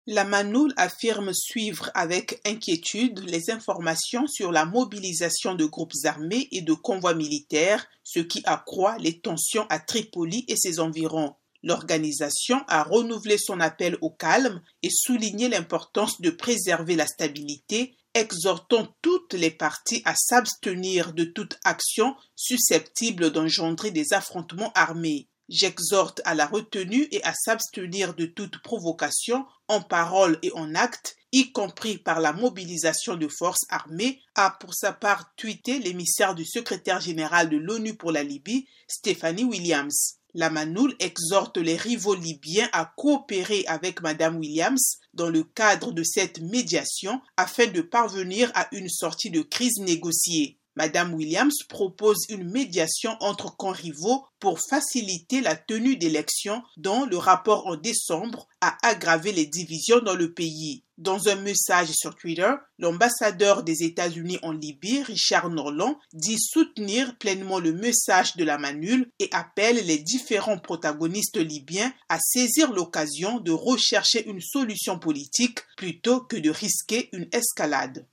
La Manoul affirme suivre avec inquiétude les informations sur la mobilisation de groupes armés et de convois militaires, ce qui accroît les tensions à Tripoli et ses environs. L'organisation a renouvelé son appel au calme et souligné l'importance de préserver la stabilité, exhortant toutes les parties à s'abstenir de toute action susceptible d'engendrer des affrontements armés. J'exhorte à la retenue et à s'abstenir de toute provocation en parole et en acte, y compris par la mobilisation de forces armées, a pour sa part tweeté l'émissaire du secrétaire général de l'ONU pour la Libye, Stephanie Williams. La Manoul exhorte les rivaux libyens à coopérer avec Madame Williams dans le cadre de cette médiation afin de parvenir à une sortie de crise négociée. Madame Williams propose une médiation entre camps rivaux pour faciliter la tenue d'élections dont le rapport en décembre a aggravé les divisions dans le pays. Dans un message sur Twitter, l'ambassadeur des États-Unis en Libye, Richard Norland, dit soutenir pleinement le message de la Manoul et appelle les différents protagonistes libyens à saisir l'occasion de rechercher une solution politique plutôt que de risquer une escalade.